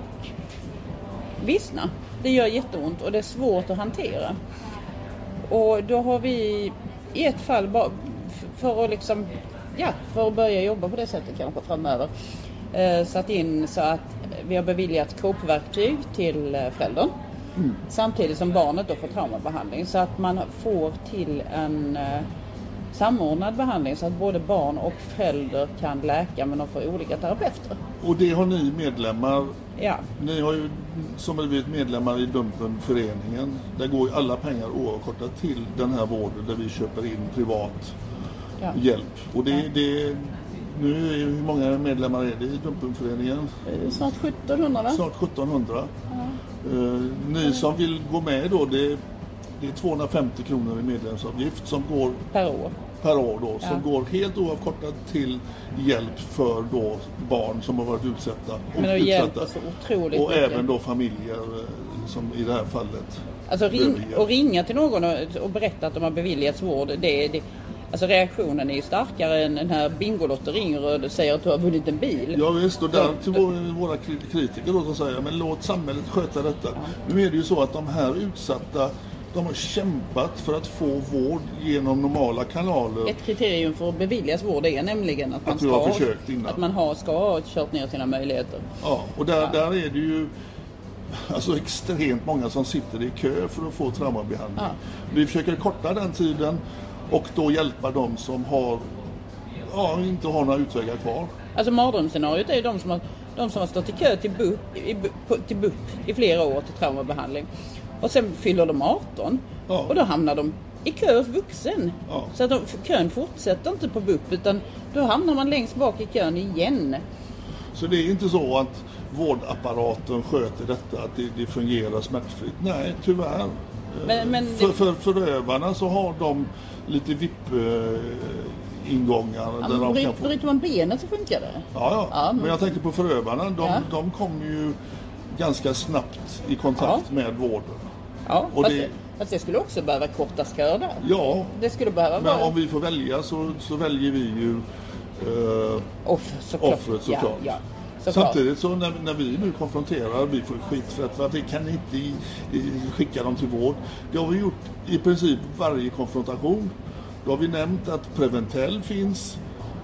vissna. Det gör jätteont och det är svårt att hantera. Och då har vi i ett fall för att börja jobba på det sättet kanske framöver satt in så att vi har beviljat cope-verktyg till föräldern. Samtidigt som barnet då får traumabehandling, så att man får till en samordnad behandling så att både barn och förälder kan läka, men de får olika terapeuter. Och det har ni medlemmar. Ja. Ni har ju som blivit medlemmar i Dumpen-föreningen. Där går ju alla pengar oavkortat till den här vården där vi köper in privat hjälp. Och nu är hur många medlemmar är det i Dumpen-föreningen? Snart 1700 va? Snart 1700. Ni som vill gå med då, det är 250 kronor i medlemsavgift som går per år då, som går helt oavkortat till hjälp för då barn som har varit utsatta. Men det hjälper så otroligt och mycket. Även då familjer som i det här fallet. Alltså ringa till någon och berätta att de har beviljats vård, alltså reaktionen är ju starkare än den här Bingolotter ringer och säger att du har vunnit en bil. Ja visst, och där till våra kritiker då som säger, men låt samhället sköta detta. Nu är det ju så att de här utsatta, de har kämpat för att få vård genom normala kanaler. Ett kriterium för att beviljas vård är nämligen att man ska ha kört ner sina möjligheter. Ja, och där är det ju alltså extremt många som sitter i kö för att få traumabehandling. Ja. Vi försöker korta den tiden och då hjälpa dem som inte har några utvägar kvar. Alltså mardrömsscenariot är ju de som har stått i kö till BUP i flera år till traumabehandling. Och sen fyller de 18 och då hamnar de i kö hos vuxen. Ja. Så att kön fortsätter inte på BUP, utan då hamnar man längst bak i kön igen. Så det är inte så att vårdapparaten sköter detta, att det fungerar smärtfritt. Nej, tyvärr. Men för förövarna så har de lite VIP-ingångar. Bryter man benet så funkar det. Ja. Men jag tänker på förövarna. De kommer ju ganska snabbt i kontakt med vården. Ja, fast det skulle också behöva kortas köer där. Ja, det skulle behöva men om vi får välja så väljer vi ju offret såklart. Ja. Samtidigt så när vi nu konfronterar, vi får skit för att vi kan inte skicka dem till vård. Det har vi gjort i princip varje konfrontation. Då har vi nämnt att Preventell finns.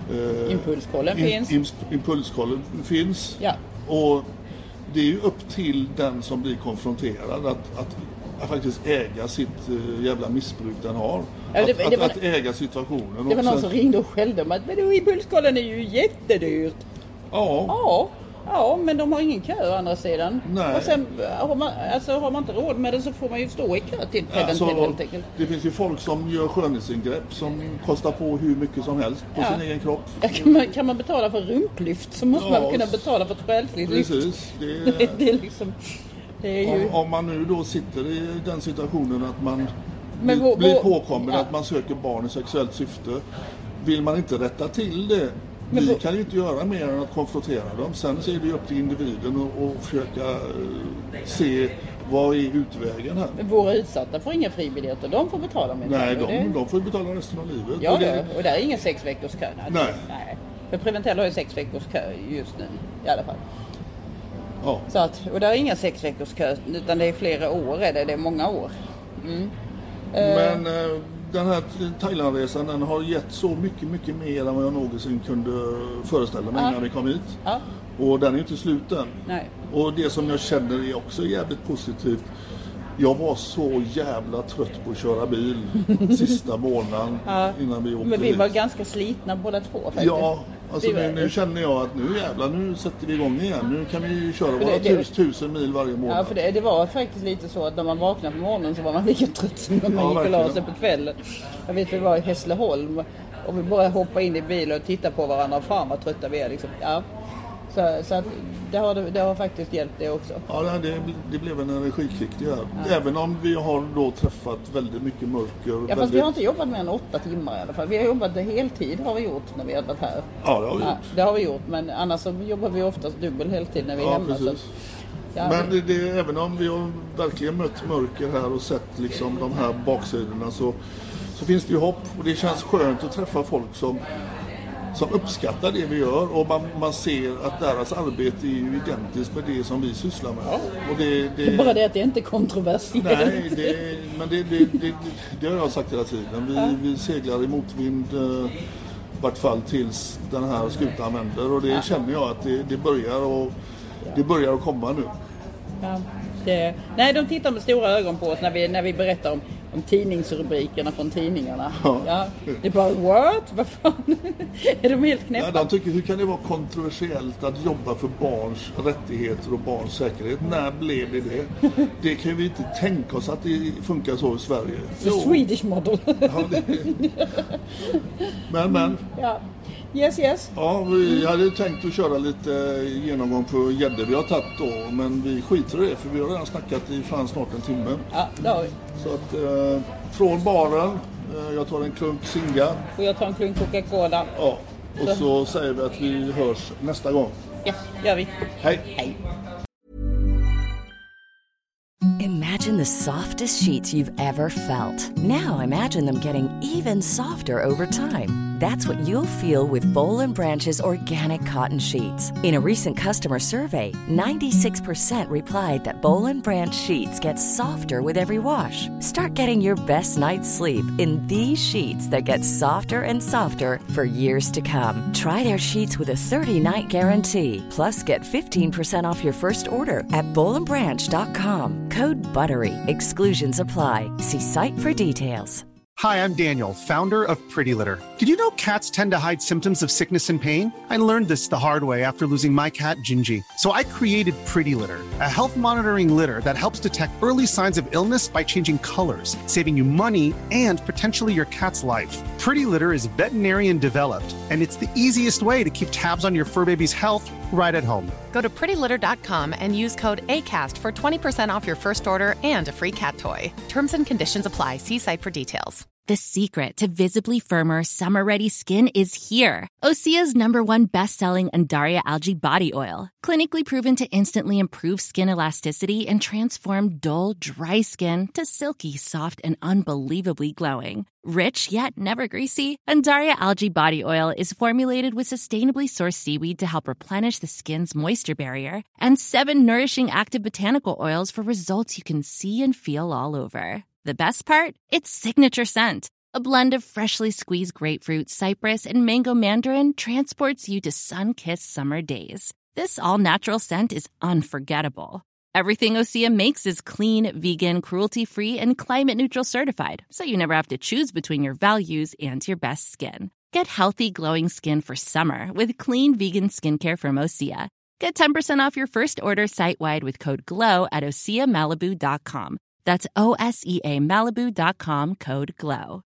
Impulskollen finns. Ja. Och det är ju upp till den som blir konfronterad att faktiskt äga sitt jävla missbruk den har. Att äga situationen. Det var någon som ringde och skällde om att impulskollen är ju jättedyrt. Ja, men de har ingen kö å andra sidan. Nej. Och sen har man inte råd med det så får man ju stå i kö till Preventell helt enkelt. Det finns ju folk som gör skönhetsingrepp som kostar på hur mycket som helst på sin egen kropp. Ja, kan man betala för rumplyft så måste man kunna betala för ett själsligt lyft. Precis. Det är liksom... Om man nu då sitter i den situationen att man blir påkommen att man söker barn i sexuellt syfte, vill man inte rätta till det. Vi kan ju inte göra mer än att konfrontera dem. Sen så är det upp till individen och försöka se Vad är utvägen här? Våra utsatta får inga fribiljetter, de får betala med. Nej, de får betala resten av livet. Ja, och det är ingen 6 veckors kö. Nej. För Preventell har ju 6 veckors kö just nu i alla fall. Ja. Så att, och det är inga 6 veckors kö, utan det är flera år, det är många år. Men den här Thailandresan, den har gett så mycket mer än vad jag någonsin kunde föreställa mig när vi kom hit. Ja. Och den är ju inte slut än. Nej. Och det som jag känner är också jävligt positivt. Jag var så jävla trött på att köra bil sista månaden innan vi åkte. Men vi hit. var ganska slitna båda två faktiskt. Ja, alltså nu känner jag att nu sätter vi igång igen. Nu kan vi köra våra 1000 mil varje månad. Ja, för det var faktiskt lite så att när man vaknade på morgonen så var man lika trött som när man gick och la sig på kvällen. Jag vet, vi var i Hässleholm och vi bara hoppade in i bilen och tittade på varandra. Fan vad trötta vi är liksom. Ja. Så att det har faktiskt hjälpt det också. Ja, det blev en energikick det här. Ja. Även om vi har då träffat väldigt mycket mörker. Ja, fast vi har inte jobbat mer än 8 timmar i alla fall. Vi har jobbat heltid har vi gjort när vi har varit här. Ja, det har vi gjort. Det har vi gjort, men annars så jobbar vi oftast dubbel heltid när vi är hemma. Precis. Så, men även om vi har verkligen mött mörker här och sett liksom de här baksidorna så finns det ju hopp. Och det känns skönt att träffa folk som uppskattar det vi gör och man ser att deras arbete är ju identiskt med det som vi sysslar med. Ja. Och det är bara det att det inte är kontroversiellt. Nej, men det har jag sagt hela tiden. Vi seglar i motvind i vart fall tills den här skutan vänder och det känner jag att det börjar att komma nu. Ja. Nej, de tittar med stora ögon på oss när vi berättar om tidningsrubrikerna från tidningarna. Ja. Det är bara, what? Vad fan? Är de helt knäppa? Ja, de tycker, hur kan det vara kontroversiellt att jobba för barns rättigheter och barns säkerhet? När blev det? Det kan vi inte tänka oss att det funkar så i Sverige. The Swedish model. Ja, men. Ja. Yes. Ja, vi hade tänkt att köra lite genomgång på gäddor vi har tagit då, men vi skiter i det för vi har redan snackat i snart en timme. Ja, det har vi. Så att från baren, jag tar en klunk Singa. Och jag tar en klunk Coca-Cola. Ja, och så säger vi att vi hörs nästa gång. Ja, gör vi. Hej. Imagine the softest sheets you've ever felt. Now imagine them getting even softer over time. That's what you'll feel with Boll & Branch's organic cotton sheets. In a recent customer survey, 96% replied that Boll & Branch sheets get softer with every wash. Start getting your best night's sleep in these sheets that get softer and softer for years to come. Try their sheets with a 30-night guarantee. Plus, get 15% off your first order at bollandbranch.com. Code BUTTERY. Exclusions apply. See site for details. Hi, I'm Daniel, founder of Pretty Litter. Did you know cats tend to hide symptoms of sickness and pain? I learned this the hard way after losing my cat, Gingy. So I created Pretty Litter, a health monitoring litter that helps detect early signs of illness by changing colors, saving you money and potentially your cat's life. Pretty Litter is veterinarian developed, and it's the easiest way to keep tabs on your fur baby's health right at home. Go to prettylitter.com and use code ACAST for 20% off your first order and a free cat toy. Terms and conditions apply. See site for details. The secret to visibly firmer, summer-ready skin is here. Osea's #1 best-selling Undaria Algae Body Oil. Clinically proven to instantly improve skin elasticity and transform dull, dry skin to silky, soft, and unbelievably glowing. Rich yet never greasy, Undaria Algae Body Oil is formulated with sustainably sourced seaweed to help replenish the skin's moisture barrier and 7 nourishing active botanical oils for results you can see and feel all over. The best part? Its signature scent. A blend of freshly squeezed grapefruit, cypress, and mango mandarin transports you to sun-kissed summer days. This all-natural scent is unforgettable. Everything Osea makes is clean, vegan, cruelty-free, and climate-neutral certified, so you never have to choose between your values and your best skin. Get healthy, glowing skin for summer with clean, vegan skincare from Osea. Get 10% off your first order site-wide with code GLOW at OseaMalibu.com. That's OSEAMalibu.com, code GLOW.